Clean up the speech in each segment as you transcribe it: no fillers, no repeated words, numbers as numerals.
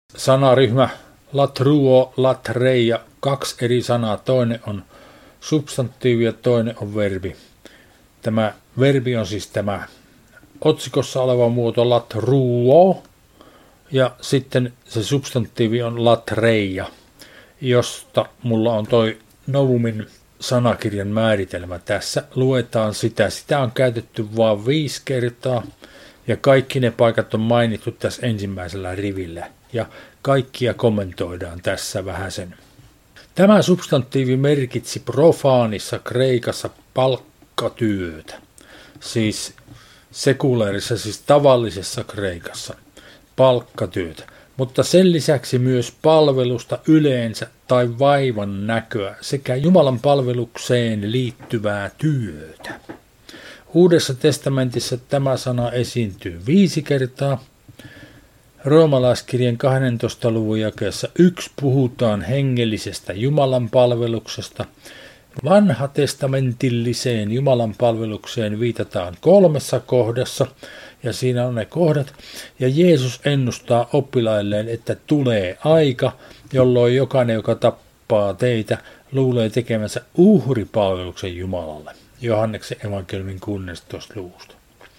Sanaryhmä latruo, latreia, 2 eri sanaa, toinen on substantiivi ja toinen on verbi. Tämä verbi on siis tämä otsikossa oleva muoto latruo ja sitten se substantiivi on latreia, josta mulla on toi Novumin sanakirjan määritelmä tässä. Luetaan sitä. Sitä on käytetty vain 5 kertaa ja kaikki ne paikat on mainittu tässä ensimmäisellä rivillä ja kaikkia kommentoidaan tässä vähäsen. Tämä substantiivi merkitsi profaanissa Kreikassa palkkatyötä, siis sekulaarissa, siis tavallisessa Kreikassa palkkatyötä, mutta sen lisäksi myös palvelusta yleensä tai vaivan näköä sekä Jumalan palvelukseen liittyvää työtä. Uudessa testamentissa tämä sana esiintyy 5 kertaa. Roomalaiskirjan 12. luvun jakeessa 1 puhutaan hengellisestä Jumalan palveluksesta. Vanhatestamentilliseen Jumalan palvelukseen viitataan 3 kohdassa, ja siinä on ne kohdat, ja Jeesus ennustaa oppilailleen, että tulee aika, jolloin jokainen, joka tappaa teitä, luulee tekemänsä uhripalveluksen Jumalalle. Johanneksen evankeliumin 16. luvusta.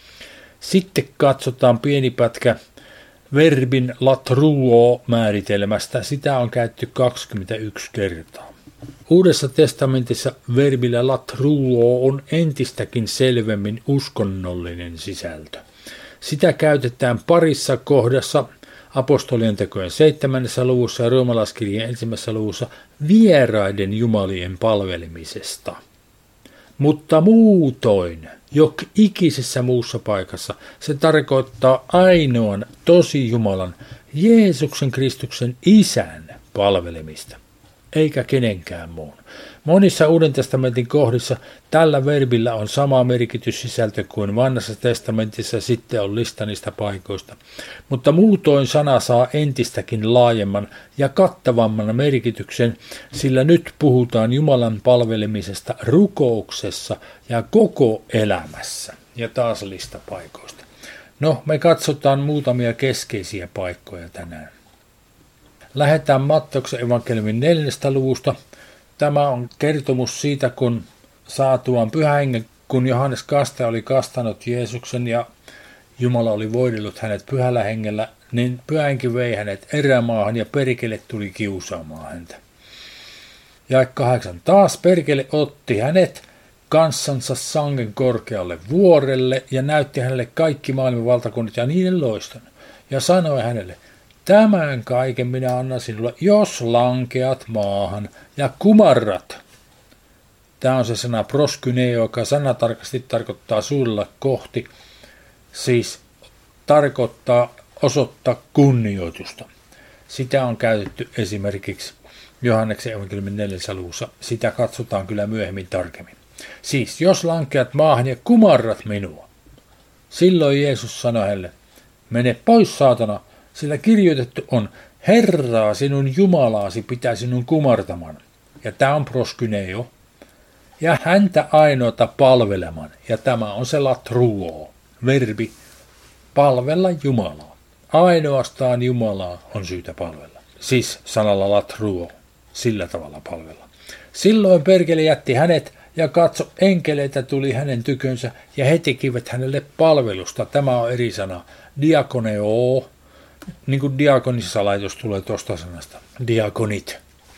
Sitten katsotaan pieni pätkä verbin latruo määritelmästä. Sitä on käytetty 21 kertaa. Uudessa testamentissa verbillä latruo on entistäkin selvemmin uskonnollinen sisältö. Sitä käytetään parissa kohdassa apostolien tekojen 7. luvussa ja roomalaiskirjan 1. luvussa vieraiden jumalien palvelemisesta. Mutta muutoin, ikisessä muussa paikassa, se tarkoittaa ainoan tosi Jumalan, Jeesuksen Kristuksen Isän palvelemista, eikä kenenkään muun. Monissa Uuden testamentin kohdissa tällä verbillä on sama merkityssisältö kuin Vanhassa testamentissa, sitten on lista niistä paikoista. Mutta muutoin sana saa entistäkin laajemman ja kattavamman merkityksen, sillä nyt puhutaan Jumalan palvelemisesta rukouksessa ja koko elämässä. Ja taas lista paikoista. No, me katsotaan muutamia keskeisiä paikkoja tänään. Lähdetään Matteuksen evankeliumin 4. luvusta. Tämä on kertomus siitä, kun saatuaan Pyhän Hengen, kun Johannes Kastaja oli kastanut Jeesuksen ja Jumala oli voidellut hänet Pyhällä Hengellä, niin Pyhä Henki vei hänet erämaahan ja perkele tuli kiusaamaan häntä. Jae 8. Taas perkele otti hänet kanssansa sangen korkealle vuorelle ja näytti hänelle kaikki maailman valtakunnat ja niiden loiston. Ja sanoi hänelle, tämän kaiken minä annan sinulle, jos lankeat maahan ja kumarrat. Tämä on se sana proskyneo, joka sanatarkasti tarkoittaa suulla kohti, siis tarkoittaa osoittaa kunnioitusta. Sitä on käytetty esimerkiksi Johanneksen evankeliumin 4. luvussa. Sitä katsotaan kyllä myöhemmin tarkemmin. Siis jos lankeat maahan ja kumarrat minua, silloin Jeesus sanoi hänelle, mene pois saatana, sillä kirjoitettu on, Herraa sinun Jumalaasi pitää sinun kumartaman. Ja tämä on proskyneo. Ja häntä ainoata palveleman. Ja tämä on se latruo, verbi, palvella Jumalaa. Ainoastaan Jumalaa on syytä palvella. Siis sanalla latruo, sillä tavalla palvella. Silloin perkele jätti hänet ja katso, enkeleitä tuli hänen tykönsä ja he tekivät hänelle palvelusta. Tämä on eri sana, diakoneo. Niin kuin diakonissalaitos tulee tuosta sanasta, diakonit.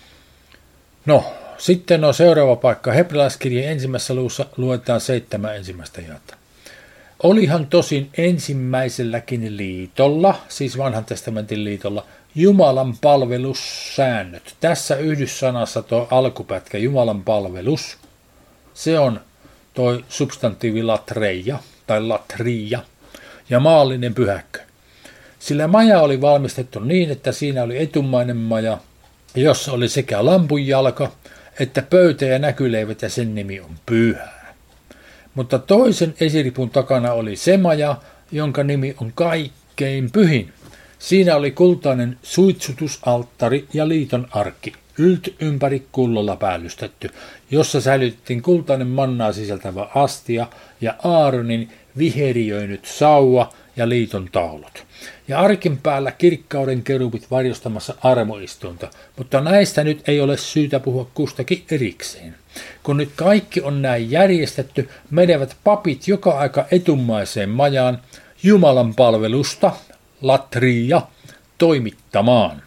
No, sitten on seuraava paikka. Hebrealaiskirjan 1. luvussa luetaan 7 ensimmäistä jaetta. Olihan tosin ensimmäiselläkin liitolla, siis vanhan testamentin liitolla, Jumalan palvelussäännöt. Tässä yhdyssanassa tuo alkupätkä Jumalan palvelus, se on tuo substantiivi latreia tai latria ja maallinen pyhäkkö. Sillä maja oli valmistettu niin, että siinä oli etumainen maja, jossa oli sekä lampunjalka, että pöytä ja näkyleivät ja sen nimi on Pyhää. Mutta toisen esiripun takana oli se maja, jonka nimi on Kaikkein Pyhin. Siinä oli kultainen suitsutusalttari ja liiton arkki, ympäri kullolla päällystetty, jossa säilytettiin kultainen mannaa sisältävä astia ja Aaronin viheriöinyt sauva ja liiton taulut. Ja arkin päällä kirkkauden kerubit varjostamassa armoistunta, mutta näistä nyt ei ole syytä puhua kustakin erikseen. Kun nyt kaikki on näin järjestetty, menevät papit joka aika etumaiseen majaan Jumalan palvelusta, latria, toimittamaan.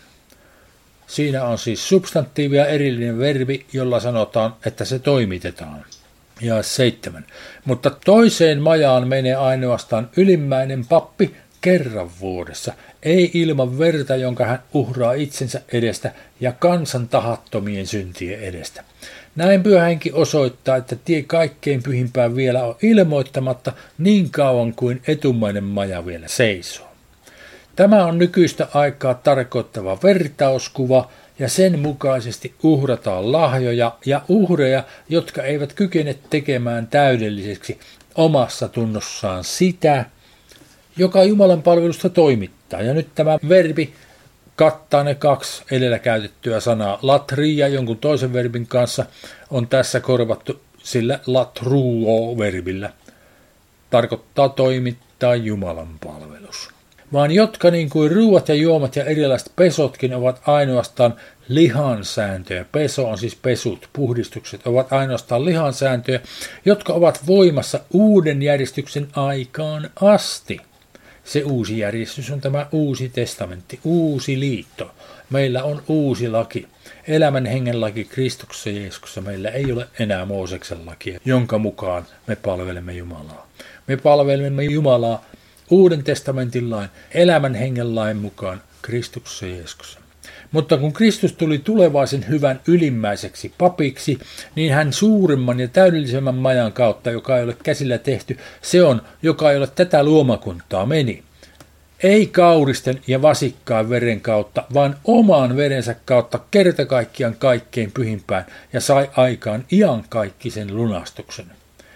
Siinä on siis substantiivi ja erillinen verbi, jolla sanotaan, että se toimitetaan. Ja 7. Mutta toiseen majaan menee ainoastaan ylimmäinen pappi kerran vuodessa, ei ilman verta, jonka hän uhraa itsensä edestä ja kansan tahattomien syntien edestä. Näin Pyhä Henki osoittaa, että tie kaikkein pyhimpään vielä on ilmoittamatta niin kauan kuin etumainen maja vielä seisoo. Tämä on nykyistä aikaa tarkoittava vertauskuva, ja sen mukaisesti uhrataan lahjoja ja uhreja, jotka eivät kykene tekemään täydelliseksi omassa tunnossaan sitä, joka Jumalan palvelusta toimittaa. Ja nyt tämä verbi kattaa ne 2 edellä käytettyä sanaa. Latria jonkun toisen verbin kanssa on tässä korvattu sillä latruo-verbillä. Tarkoittaa toimittaa Jumalan palvelus. Vaan jotka niin kuin ruuat ja juomat ja erilaiset pesotkin ovat ainoastaan lihansääntöjä. Peso on siis pesut, puhdistukset ovat ainoastaan lihansääntöjä, jotka ovat voimassa uuden järjestyksen aikaan asti. Se uusi järjestys on tämä uusi testamentti, uusi liitto. Meillä on uusi laki. Elämän hengen laki Kristuksessa Jeesuksessa. Meillä ei ole enää Mooseksen lakia, jonka mukaan me palvelemme Jumalaa. Me palvelemme Jumalaa Uuden testamentin lain, elämän hengen lain mukaan Kristuksessa Jeesuksessa. Mutta kun Kristus tuli tulevaisen hyvän ylimmäiseksi papiksi, niin hän suuremman ja täydellisemmän majan kautta, joka ei ole käsillä tehty, se on, joka ei ole tätä luomakuntaa meni. Ei kauristen ja vasikkaan veren kautta, vaan oman verensä kautta kerta kaikkiaan kaikkein pyhimpään ja sai aikaan iankaikkisen lunastuksen.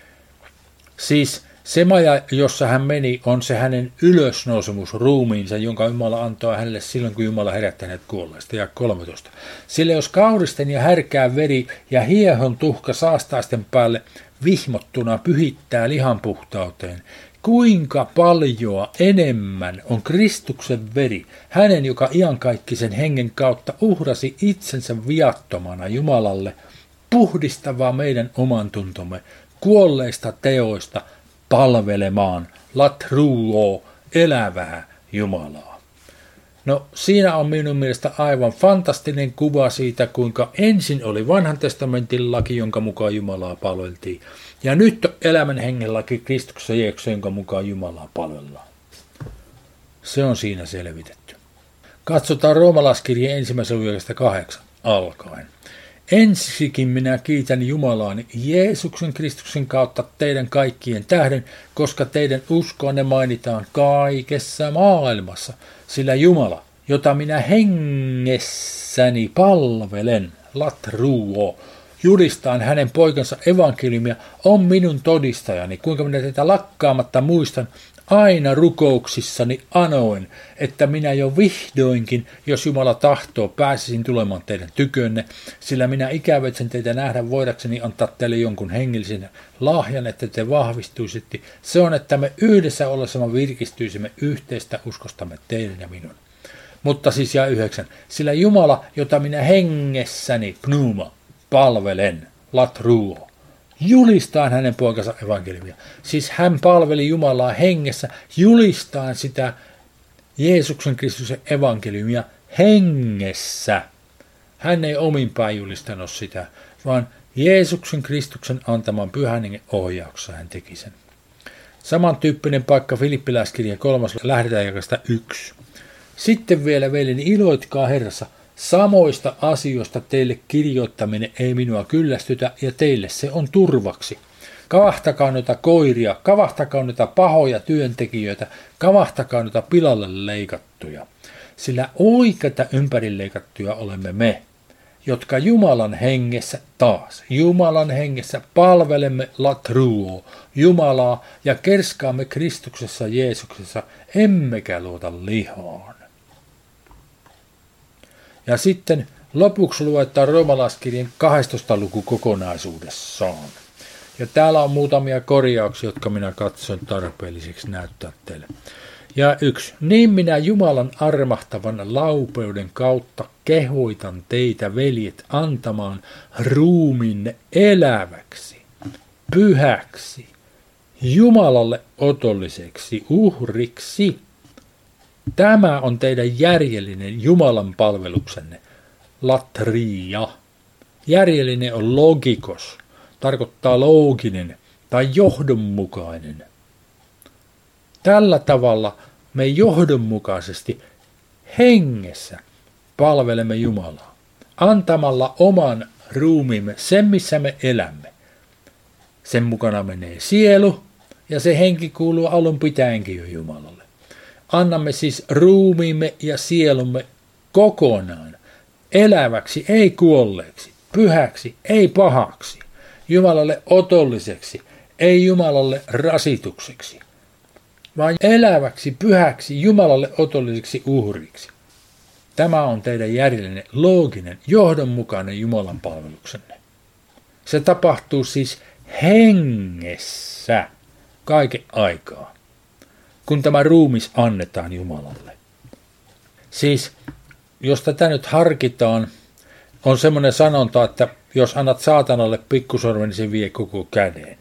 Siis se maja, jossa hän meni, on se hänen ylösnousemus ruumiinsa, jonka Jumala antoi hänelle silloin, kun Jumala herätti hänet kuolleista. Ja 13. Sillä jos kauristen ja härkää veri ja hiehon tuhka saastaisten päälle vihmottuna pyhittää lihan puhtauteen, kuinka paljoa enemmän on Kristuksen veri, hänen, joka iankaikkisen hengen kautta uhrasi itsensä viattomana Jumalalle, puhdistavaa meidän oman tuntomme kuolleista teoista, palvelemaan latruo, elävää Jumalaa. No siinä on minun mielestä aivan fantastinen kuva siitä, kuinka ensin oli vanhan testamentin laki, jonka mukaan Jumalaa palveltiin. Ja nyt on elämän hengen laki Kristuksessa Jeesuksessa, jonka mukaan Jumalaa palvellaan. Se on siinä selvitetty. Katsotaan roomalaiskirjeen 1.8 alkaen. Ensiksikin minä kiitän Jumalaani Jeesuksen Kristuksen kautta teidän kaikkien tähden, koska teidän uskonne mainitaan kaikessa maailmassa, sillä Jumala, jota minä hengessäni palvelen, latruo, julistaan hänen poikansa evankeliumia, on minun todistajani, kuinka minä teitä lakkaamatta muistan, aina rukouksissani anoen, että minä jo vihdoinkin, jos Jumala tahtoo, pääsisin tulemaan teidän tykönne, sillä minä ikävetsen teitä nähdä voidakseni antaa teille jonkun hengellisen lahjan, että te vahvistuisitte. Se on, että me yhdessä ollessamme virkistyisimme yhteistä uskostamme teidän ja minun. Mutta siis 9. Sillä Jumala, jota minä hengessäni, pneuma, palvelen, latruo, julistaan hänen poikansa evankeliumia. Siis hän palveli Jumalaa hengessä, julistaan sitä Jeesuksen Kristuksen evankeliumia hengessä. Hän ei ominpäin julistanut sitä, vaan Jeesuksen Kristuksen antaman pyhän hengen ohjauksessa hän teki sen. Samantyyppinen paikka Filippiläiskirja 3. lähdetään jakasta 1. Sitten vielä veljeni, iloitkaa Herrassa. Samoista asioista teille kirjoittaminen ei minua kyllästytä ja teille se on turvaksi. Kavahtakaa noita koiria, kavahtakaa noita pahoja työntekijöitä, kavahtakaa noita pilalle leikattuja. Sillä oikeita ympärileikattuja olemme me, jotka Jumalan hengessä palvelemme latruo, Jumalaa ja kerskaamme Kristuksessa Jeesuksessa, emmekä luota lihaan. Ja sitten lopuksi luetaan roomalaiskirjan 12. luku kokonaisuudessaan. Ja täällä on muutamia korjauksia, jotka minä katson tarpeelliseksi näyttää teille. Ja 1. Niin minä Jumalan armahtavan laupeuden kautta kehoitan teitä, veljet, antamaan ruumiinne eläväksi, pyhäksi, Jumalalle otolliseksi uhriksi. Tämä on teidän järjellinen Jumalan palveluksenne, latria. Järjellinen on logikos, tarkoittaa looginen tai johdonmukainen. Tällä tavalla me johdonmukaisesti hengessä palvelemme Jumalaa, antamalla oman ruumiimme, sen missä me elämme. Sen mukana menee sielu, ja se henki kuuluu alun pitäenkin jo Jumalalle. Annamme siis ruumiimme ja sielumme kokonaan, eläväksi, ei kuolleeksi, pyhäksi, ei pahaksi, Jumalalle otolliseksi, ei Jumalalle rasitukseksi, vaan eläväksi, pyhäksi, Jumalalle otolliseksi uhriksi. Tämä on teidän järjellinen, looginen, johdonmukainen Jumalan palveluksenne. Se tapahtuu siis hengessä kaiken aikaa, kun tämä ruumis annetaan Jumalalle. Siis, jos tätä nyt harkitaan, on semmoinen sanonta, että jos annat saatanalle pikkusormen, niin se vie koko käden.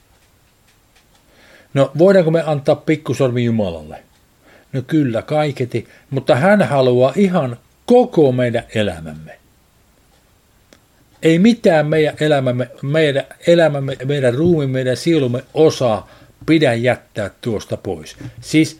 No, voidaanko me antaa pikkusormi Jumalalle? No kyllä, kaiketi, mutta hän haluaa ihan koko meidän elämämme. Ei mitään meidän elämämme, meidän ruumiin, meidän sielumme osaa pidä jättää tuosta pois. Siis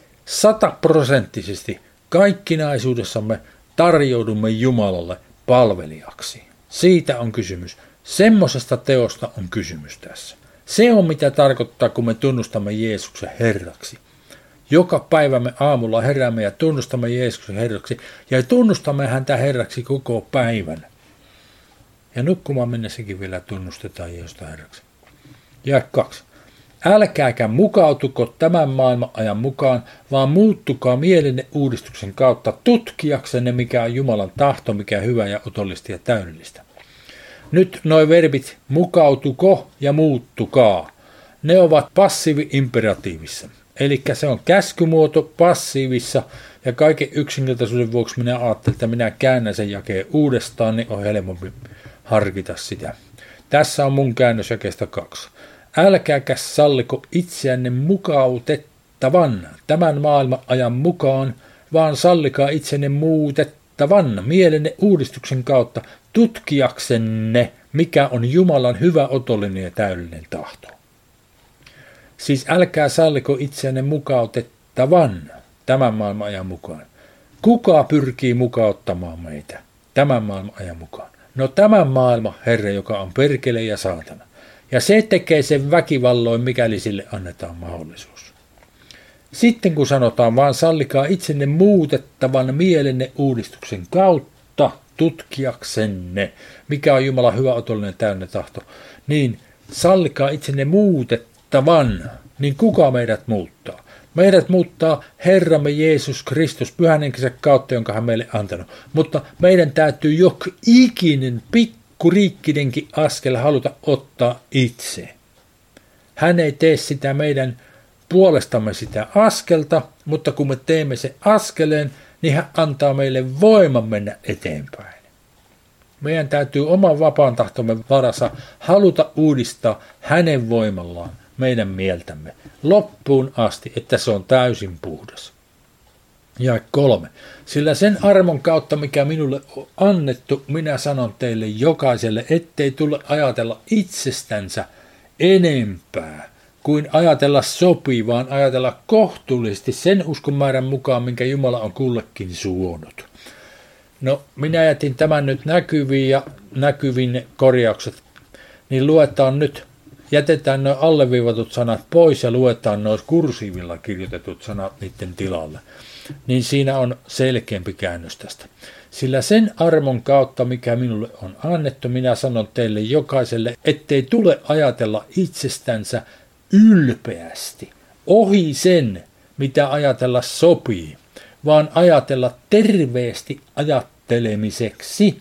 100% kaikkinaisuudessamme tarjoudumme Jumalalle palvelijaksi. Siitä on kysymys. Semmoisesta teosta on kysymys tässä. Se on mitä tarkoittaa, kun me tunnustamme Jeesuksen Herraksi. Joka päivä me aamulla heräämme ja tunnustamme Jeesuksen Herraksi ja tunnustamme häntä Herraksi koko päivän. Ja nukkumaan mennessäkin vielä tunnustetaan Jeesusta Herraksi. Ja 2. Älkääkä mukautuko tämän maailman ajan mukaan, vaan muuttukaa mielenne uudistuksen kautta tutkijaksenne, mikä on Jumalan tahto, mikä on hyvä ja otollista ja täydellistä. Nyt nuo verbit mukautuko ja muuttukaa, ne ovat passiivi-imperatiivissa. Eli se on käskymuoto passiivissa ja kaiken yksinkertaisuuden vuoksi minä ajattelin, että minä käännän sen jakeen uudestaan, niin on helpompi harkita sitä. Tässä on mun käännös jakeesta 2. Älkääkä salliko itseänne mukautettavan tämän maailman ajan mukaan, vaan sallikaa itsenne muutettavan mielenne uudistuksen kautta tutkijaksenne, mikä on Jumalan hyvä, otollinen ja täydellinen tahto. Siis älkää salliko itseänne mukautettavan tämän maailman ajan mukaan. Kuka pyrkii mukauttamaan meitä tämän maailman ajan mukaan? No tämän maailman herra, joka on perkele ja saatana. Ja se tekee sen väkivalloin, mikäli sille annetaan mahdollisuus. Sitten kun sanotaan vaan sallikaa itsenne muutettavan mielenne uudistuksen kautta tutkijaksenne, mikä on Jumalan hyvä, otollinen täydellinen tahto, niin sallikaa itsenne muutettavan, niin kuka meidät muuttaa? Meidät muuttaa Herramme Jeesus Kristus pyhän henkensä kautta, jonka hän meille antanut. Mutta meidän täytyy joka ikinen pikkuriikkinenkin askel haluta ottaa itse. Hän ei tee sitä meidän puolestamme sitä askelta, mutta kun me teemme sen askeleen, niin hän antaa meille voiman mennä eteenpäin. Meidän täytyy oman vapaan tahtomme varassa haluta uudistaa hänen voimallaan meidän mieltämme loppuun asti, että se on täysin puhdas. Ja 3. Sillä sen armon kautta, mikä minulle on annettu, minä sanon teille jokaiselle, ettei tule ajatella itsestänsä enempää kuin ajatella sopii, vaan ajatella kohtuullisesti sen uskon määrän mukaan, minkä Jumala on kullekin suonut. No, minä jätin tämän nyt näkyviin ja näkyvin korjaukset, niin luetaan nyt, jätetään nuo alleviivatut sanat pois ja luetaan nuo kursiivilla kirjoitetut sanat niiden tilalle. Niin siinä on selkeämpi käännös tästä. Sillä sen armon kautta, mikä minulle on annettu, minä sanon teille jokaiselle, ettei tule ajatella itsestänsä ylpeästi, ohi sen, mitä ajatella sopii, vaan ajatella terveesti ajattelemiseksi,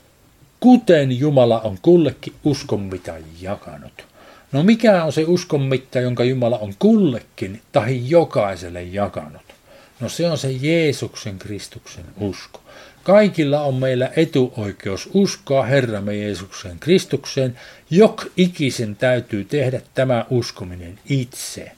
kuten Jumala on kullekin uskon mitan jakanut. No mikä on se uskon mitta, jonka Jumala on kullekin tai jokaiselle jakanut? No se on se Jeesuksen Kristuksen usko. Kaikilla on meillä etuoikeus uskoa Herramme Jeesuksen Kristukseen. Jok ikisen täytyy tehdä tämä uskominen itse.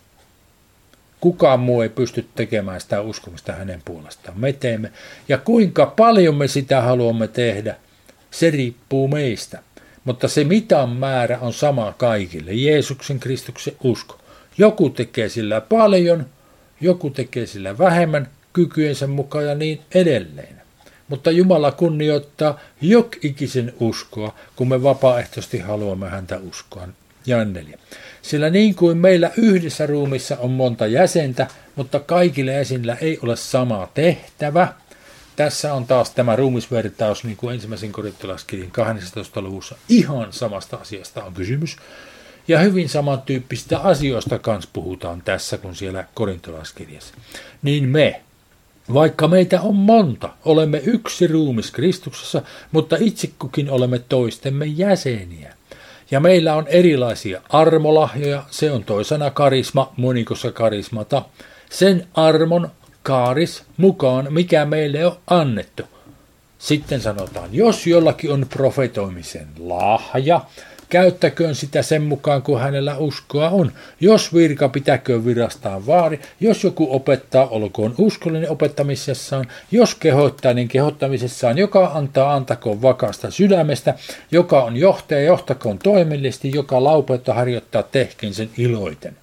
Kukaan muu ei pysty tekemään sitä uskomista hänen puolestaan. Me teemme. Ja kuinka paljon me sitä haluamme tehdä, se riippuu meistä. Mutta se mitan määrä on sama kaikille. Jeesuksen Kristuksen usko. Joku tekee sillä paljon, joku tekee sillä vähemmän kykyensä mukaan ja niin edelleen. Mutta Jumala kunnioittaa jokikisen uskoa, kun me vapaaehtoisesti haluamme häntä uskoa. Ja 4. Sillä niin kuin meillä yhdessä ruumissa on monta jäsentä, mutta kaikilla jäsenillä ei ole sama tehtävä. Tässä on taas tämä ruumisvertaus, niin kuin 1. korintolaiskirjan 12. luvussa. Ihan samasta asiasta on kysymys. Ja hyvin samantyyppisistä asioista kanssa puhutaan tässä kuin siellä korintolaiskirjassa. Niin me, vaikka meitä on monta, olemme yksi ruumis Kristuksessa, mutta itse kukin olemme toistemme jäseniä. Ja meillä on erilaisia armolahjoja, se on toisena karisma, monikossa karismata, sen armon kaaris mukaan, mikä meille on annettu. Sitten sanotaan, jos jollakin on profetoimisen lahja, käyttäköön sitä sen mukaan, kun hänellä uskoa on. Jos virka, pitäköön virastaan vaari. Jos joku opettaa, olkoon uskollinen opettamisessaan. Jos kehottaa, niin kehottamisessaan. Joka antaa, antakoon vakaasta sydämestä. Joka on johtaja, johtakoon toimellisesti. Joka laupeutta harjoittaa, tehkeen sen iloiten.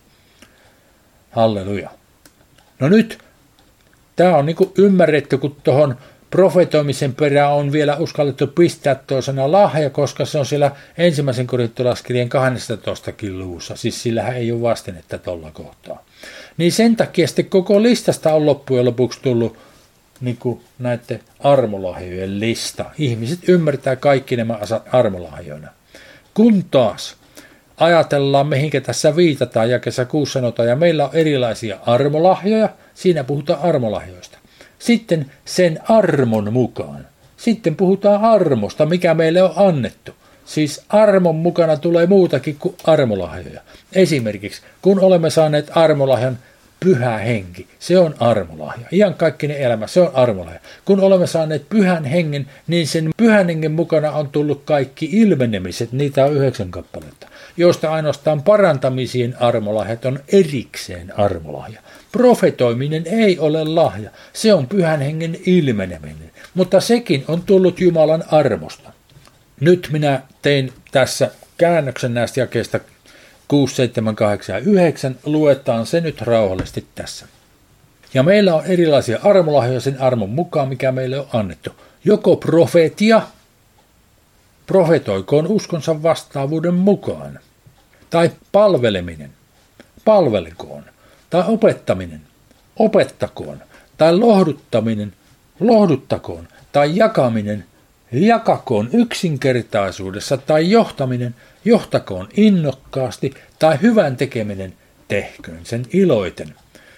Halleluja. No nyt, tämä on niin kuin ymmärretty, kun tuohon profetoimisen perään on vielä uskallettu pistää toisena lahja, koska se on siellä 1. korintolaiskirjan 12. luvussa. Siis sillähän ei ole vastinetta tuolla kohtaa. Niin sen takia sitten koko listasta on loppujen lopuksi tullut niin kuin näiden armolahjojen lista. Ihmiset ymmärtää kaikki nämä armolahjoina. Kun taas ajatellaan, mihinkä tässä viitataan, jakeessa 6 sanotaan, ja meillä on erilaisia armolahjoja, siinä puhutaan armolahjoista. Sitten sen armon mukaan. Sitten puhutaan armosta, mikä meille on annettu. Siis armon mukana tulee muutakin kuin armolahjoja. Esimerkiksi, kun olemme saaneet armolahjan Pyhä Henki, se on armolahja. Iankaikkinen elämä, se on armolahja. Kun olemme saaneet Pyhän Hengen, niin sen Pyhän Hengen mukana on tullut kaikki ilmenemiset, niitä on 9 kappaletta, joista ainoastaan parantamisien armolahjat on erikseen armolahja. Profetoiminen ei ole lahja, se on Pyhän Hengen ilmeneminen, mutta sekin on tullut Jumalan armosta. Nyt minä tein tässä käännöksen näistä jakeista 6, 7, 8 ja 9, luetaan se nyt rauhallisesti tässä. Ja meillä on erilaisia armolahjoja sen armon mukaan, mikä meille on annettu. Joko profeetia, profetoikoon uskonsa vastaavuuden mukaan, tai palveleminen, palvelkoon, tai opettaminen, opettakoon, tai lohduttaminen, lohduttakoon, tai jakaminen, jakakoon yksinkertaisuudessa, tai johtaminen, johtakoon innokkaasti, tai hyvän tekeminen, tehköön sen iloiten.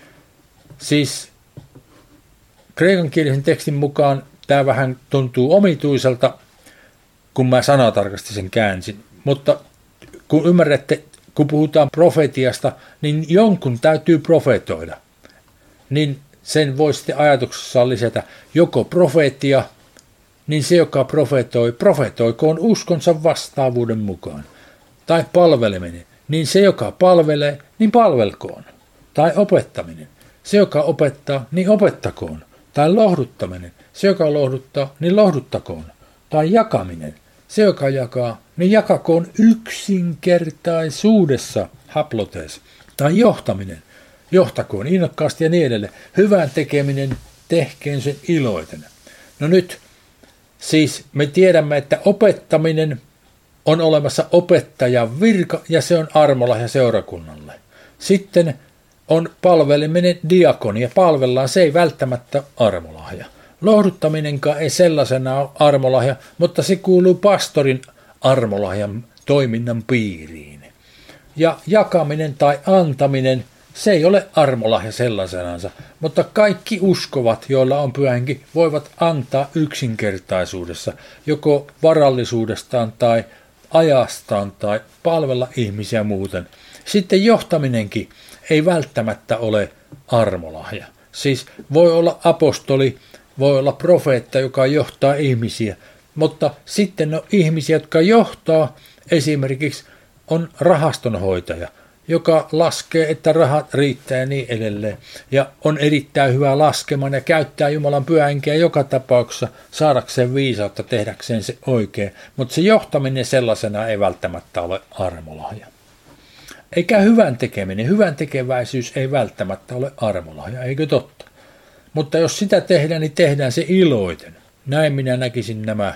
Siis kreikankielisen tekstin mukaan tämä vähän tuntuu omituiselta, kun mä sanatarkasti sen käänsin, mutta kun ymmärrätte, kun puhutaan profetiasta, niin jonkun täytyy profetoida. Niin sen voi sitten ajatuksessaan lisätä joko profeetia, niin se, joka profetoi, profetoikoon uskonsa vastaavuuden mukaan. Tai palveleminen, niin se, joka palvelee, niin palvelkoon. Tai opettaminen, se, joka opettaa, niin opettakoon. Tai lohduttaminen, se, joka lohduttaa, niin lohduttakoon. Tai jakaminen, se, joka jakaa, niin jakakoon yksinkertaisuudessa, haplotes. Tai johtaminen, johtakoon innokkaasti ja niin edelleen. Hyvän tekeminen, tehkeen sen iloiten. No nyt, siis me tiedämme, että opettaminen on olemassa opettajan virka ja se on armolahja seurakunnalle. Sitten on palveleminen diakonia, palvellaan, se ei välttämättä armolahja. Lohduttaminenkaan ei sellaisena ole armolahja, mutta se kuuluu pastorin armolahjan toiminnan piiriin. Ja jakaminen tai antaminen, se ei ole armolahja sellaisenansa, mutta kaikki uskovat, joilla on Pyhä Henki, voivat antaa yksinkertaisuudessa, joko varallisuudestaan tai ajastaan tai palvella ihmisiä muuten. Sitten johtaminenkin ei välttämättä ole armolahja. Siis voi olla apostoli, voi olla profeetta, joka johtaa ihmisiä, mutta sitten on ihmisiä, jotka johtaa, esimerkiksi on rahastonhoitaja, joka laskee, että rahat riittää ja niin edelleen. Ja on erittäin hyvä laskemaan ja käyttää Jumalan pyhänkeä joka tapauksessa saadakseen viisautta, tehdäkseen se oikein. Mutta se johtaminen sellaisena ei välttämättä ole armolahja. Eikä hyvän tekeminen, hyvän tekeväisyys ei välttämättä ole armolahja, eikö totta? Mutta jos sitä tehdään, niin tehdään se iloiten. Näin minä näkisin nämä.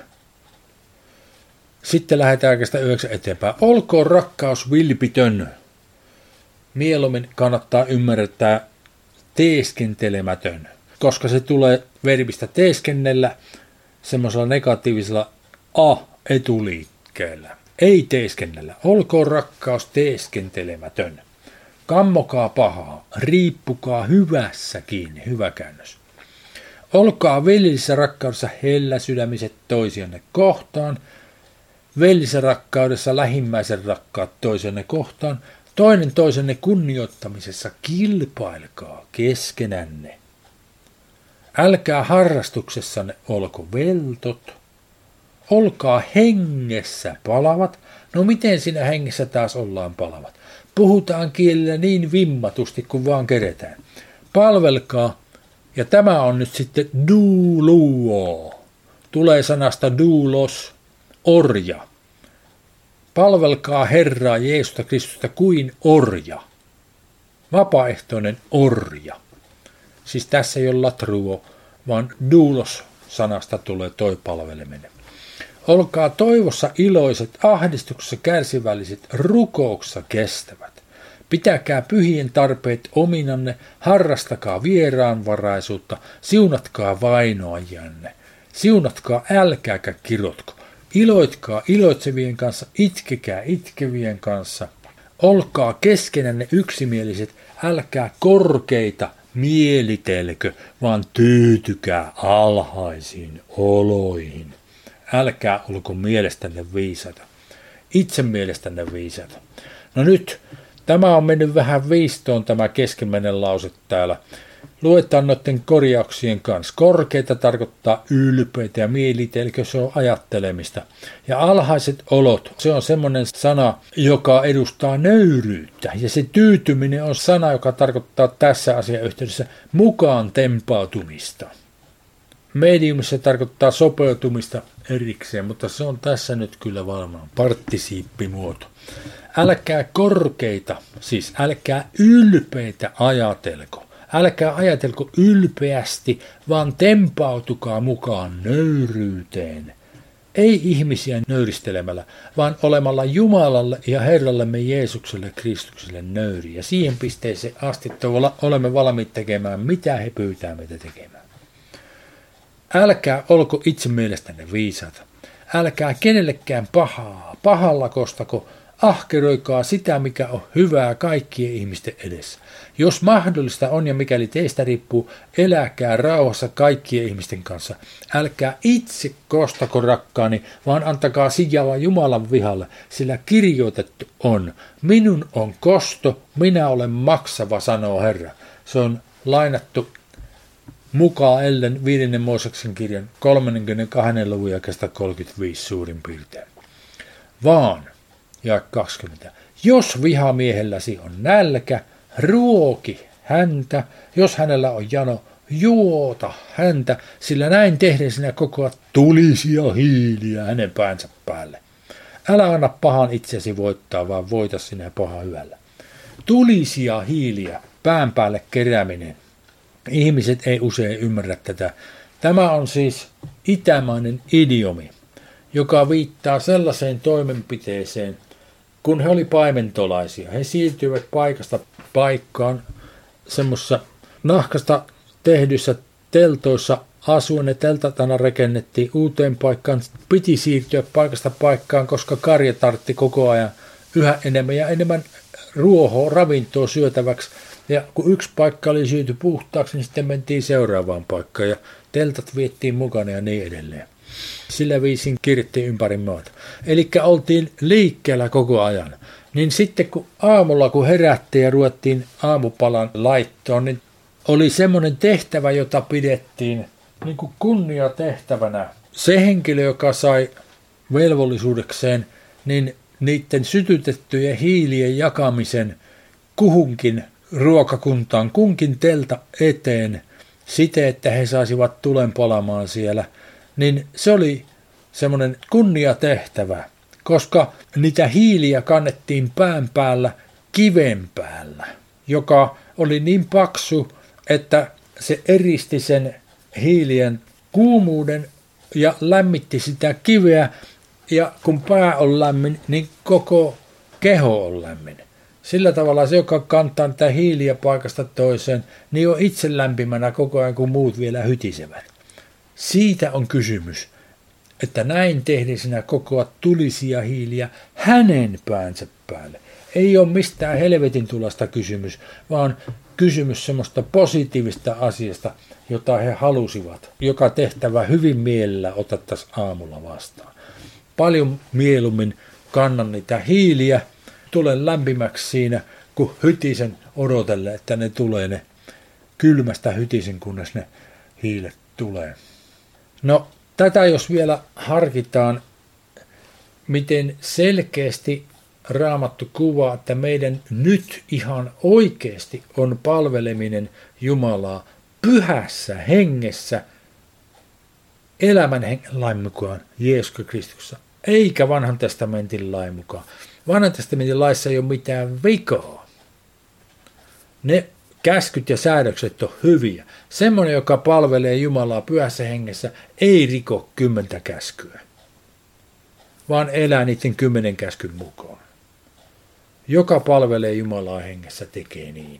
Sitten lähdetään oikeastaan 9 eteenpäin. Olkoon rakkaus vilpitön. Mieluummin kannattaa ymmärtää teeskentelemätön, koska se tulee verbistä teeskennellä semmoisella negatiivisella a-etuliikkeellä. Ei teeskennellä. Olkoon rakkaus teeskentelemätön. Kammokaa pahaa, riippukaa hyvässäkin, hyvä käännös. Olkaa veljellisessä rakkaudessa helläsydämiset toisianne kohtaan, veljellisessä rakkaudessa lähimmäisen rakkaat toisianne kohtaan, toinen toisenne kunnioittamisessa kilpailkaa keskenänne. Älkää harrastuksessanne olko veltot, olkaa hengessä palavat. No miten siinä hengessä taas ollaan palavat? Puhutaan kielellä niin vimmatusti kuin vaan keretään. Palvelkaa, ja tämä on nyt sitten doulo. Tulee sanasta doulos, orja. Palvelkaa Herraa Jeesusta Kristusta kuin orja. Vapaaehtoinen orja. Siis tässä ei ole latruo, vaan doulos-sanasta tulee toi palveleminen. Olkaa toivossa iloiset, ahdistuksessa kärsivälliset, rukouksessa kestävät. Pitäkää pyhien tarpeet ominanne, harrastakaa vieraanvaraisuutta, siunatkaa vainoajanne. Siunatkaa, älkääkä kirotko. Iloitkaa iloitsevien kanssa, itkekää itkevien kanssa. Olkaa keskenänne yksimieliset, älkää korkeita mielitelkö, vaan tyytykää alhaisiin oloihin. Älkää olko mielestänne viisata. Itse mielestänne viisata. No nyt, tämä on mennyt vähän viistoon tämä keskimmäinen lause täällä. Luetaan noiden korjauksien kanssa. Korkeita tarkoittaa ylpeitä ja mielitelkö, se on ajattelemista. Ja alhaiset olot, se on semmoinen sana, joka edustaa nöyryyttä. Ja se tyytyminen on sana, joka tarkoittaa tässä asiayhteydessä mukaan tempautumista. Mediumissa tarkoittaa sopeutumista erikseen, mutta se on tässä nyt kyllä varmaan partisiippimuoto. Älkää korkeita, siis älkää ylpeitä ajatelko. Älkää ajatelko ylpeästi, vaan tempautukaa mukaan nöyryyteen. Ei ihmisiä nöyristelemällä, vaan olemalla Jumalalle ja Herrallemme Jeesukselle Kristukselle nöyriä. Siihen pisteeseen asti olemme valmiit tekemään, mitä he pyytää meitä tekemään. Älkää olko itse mielestänne viisata. Älkää kenellekään pahaa, pahalla kostako. Ahkeroikaa sitä, mikä on hyvää kaikkien ihmisten edessä. Jos mahdollista on ja mikäli teistä riippuu, eläkää rauhassa kaikkien ihmisten kanssa. Älkää itse kostako rakkaani, vaan antakaa sijaa Jumalan vihalle, sillä kirjoitettu on. Minun on kosto, minä olen maksava, sanoo Herra. Se on lainattu mukaan ellen 5. Mooseksen kirjan 32. luvun jakeesta 35 suurin piirtein. Vaan ja 20. Jos vihamiehelläsi on nälkä, ruoki häntä, jos hänellä on jano, juota häntä, sillä näin tehden sinä kokoat tulisia hiiliä hänen päänsä päälle. Älä anna pahan itsesi voittaa, vaan voita sinä paha hyvällä. Tulisia hiiliä, pään päälle kerääminen. Ihmiset ei usein ymmärrä tätä. Tämä on siis itämainen idiomi, joka viittaa sellaiseen toimenpiteeseen, kun he oli paimentolaisia. He siirtyivät paikasta paikkaan semmoisessa nahkasta tehdyissä teltoissa asuen. Ne teltat aina rakennettiin uuteen paikkaan. Piti siirtyä paikasta paikkaan, koska karja tartti koko ajan yhä enemmän ja enemmän ruohoa, ravintoa syötäväksi. Ja kun yksi paikka oli syöty puhtaaksi, niin sitten mentiin seuraavaan paikkaan ja teltat viettiin mukana ja niin edelleen. Sillä viisin kirjattiin ympäri maata. Eli oltiin liikkeellä koko ajan. Niin sitten kun aamulla kun herättiin ja ruvettiin aamupalan laittoon, niin oli semmoinen tehtävä, jota pidettiin niin kuin kunniatehtävänä. Se henkilö, joka sai velvollisuudekseen, niin niiden sytytettyjen hiilien jakamisen kuhunkin ruokakuntaan, kunkin telta eteen, siten, että he saisivat tulen palamaan siellä, niin se oli semmoinen kunniatehtävä, koska niitä hiiliä kannettiin pään päällä kiven päällä, joka oli niin paksu, että se eristi sen hiilien kuumuuden ja lämmitti sitä kiveä, ja kun pää on lämmin, niin koko keho on lämmin. Sillä tavalla se, joka kantaa niitä hiiliä paikasta toiseen, niin on itse lämpimänä koko ajan, kun muut vielä hytisevät. Siitä on kysymys, että näin tehdä sinä kokoa tulisia hiiliä hänen päänsä päälle. Ei ole mistään helvetin tulasta kysymys, vaan kysymys semmoista positiivista asiasta, jota he halusivat, joka tehtävä hyvin mielellä otettaisiin aamulla vastaan. Paljon mieluummin kannan niitä hiiliä, tulen lämpimäksi siinä, kun hytisen odotelle, että ne tulee ne kylmästä hytisen, kunnes ne hiilet tulee. No, tätä jos vielä harkitaan, miten selkeästi Raamattu kuvaa, että meidän nyt ihan oikeasti on palveleminen Jumalaa pyhässä hengessä, elämän lain mukaan Jeesus Kristuksessa, eikä vanhan testamentin lain mukaan. Vanhan testamentin laissa ei ole mitään vikaa. Ne käskyt ja säädökset on hyviä. Semmoinen, joka palvelee Jumalaa pyhässä hengessä, ei riko 10 käskyä, vaan elää niiden 10 käskyn mukaan. Joka palvelee Jumalaa hengessä, tekee niin.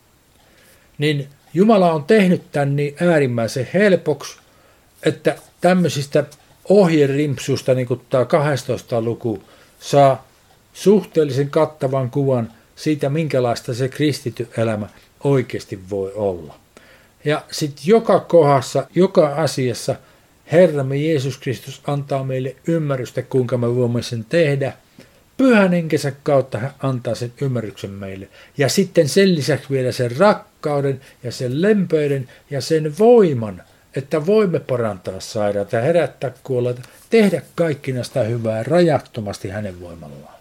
Niin Jumala on tehnyt tämän niin äärimmäisen helpoksi, että tämmöisistä ohjerimpsuista, niin kuin tämä 12. luku, saa suhteellisen kattavan kuvan siitä, minkälaista se kristitty elämä oikeasti voi olla. Ja sitten joka kohdassa, joka asiassa Herramme Jeesus Kristus antaa meille ymmärrystä, kuinka me voimme sen tehdä. Pyhän henkensä kautta hän antaa sen ymmärryksen meille. Ja sitten sen lisäksi vielä sen rakkauden ja sen lempeyden ja sen voiman, että voimme parantaa sairaata, herättää kuolleita, tehdä kaikkina sitä hyvää rajattomasti hänen voimallaan.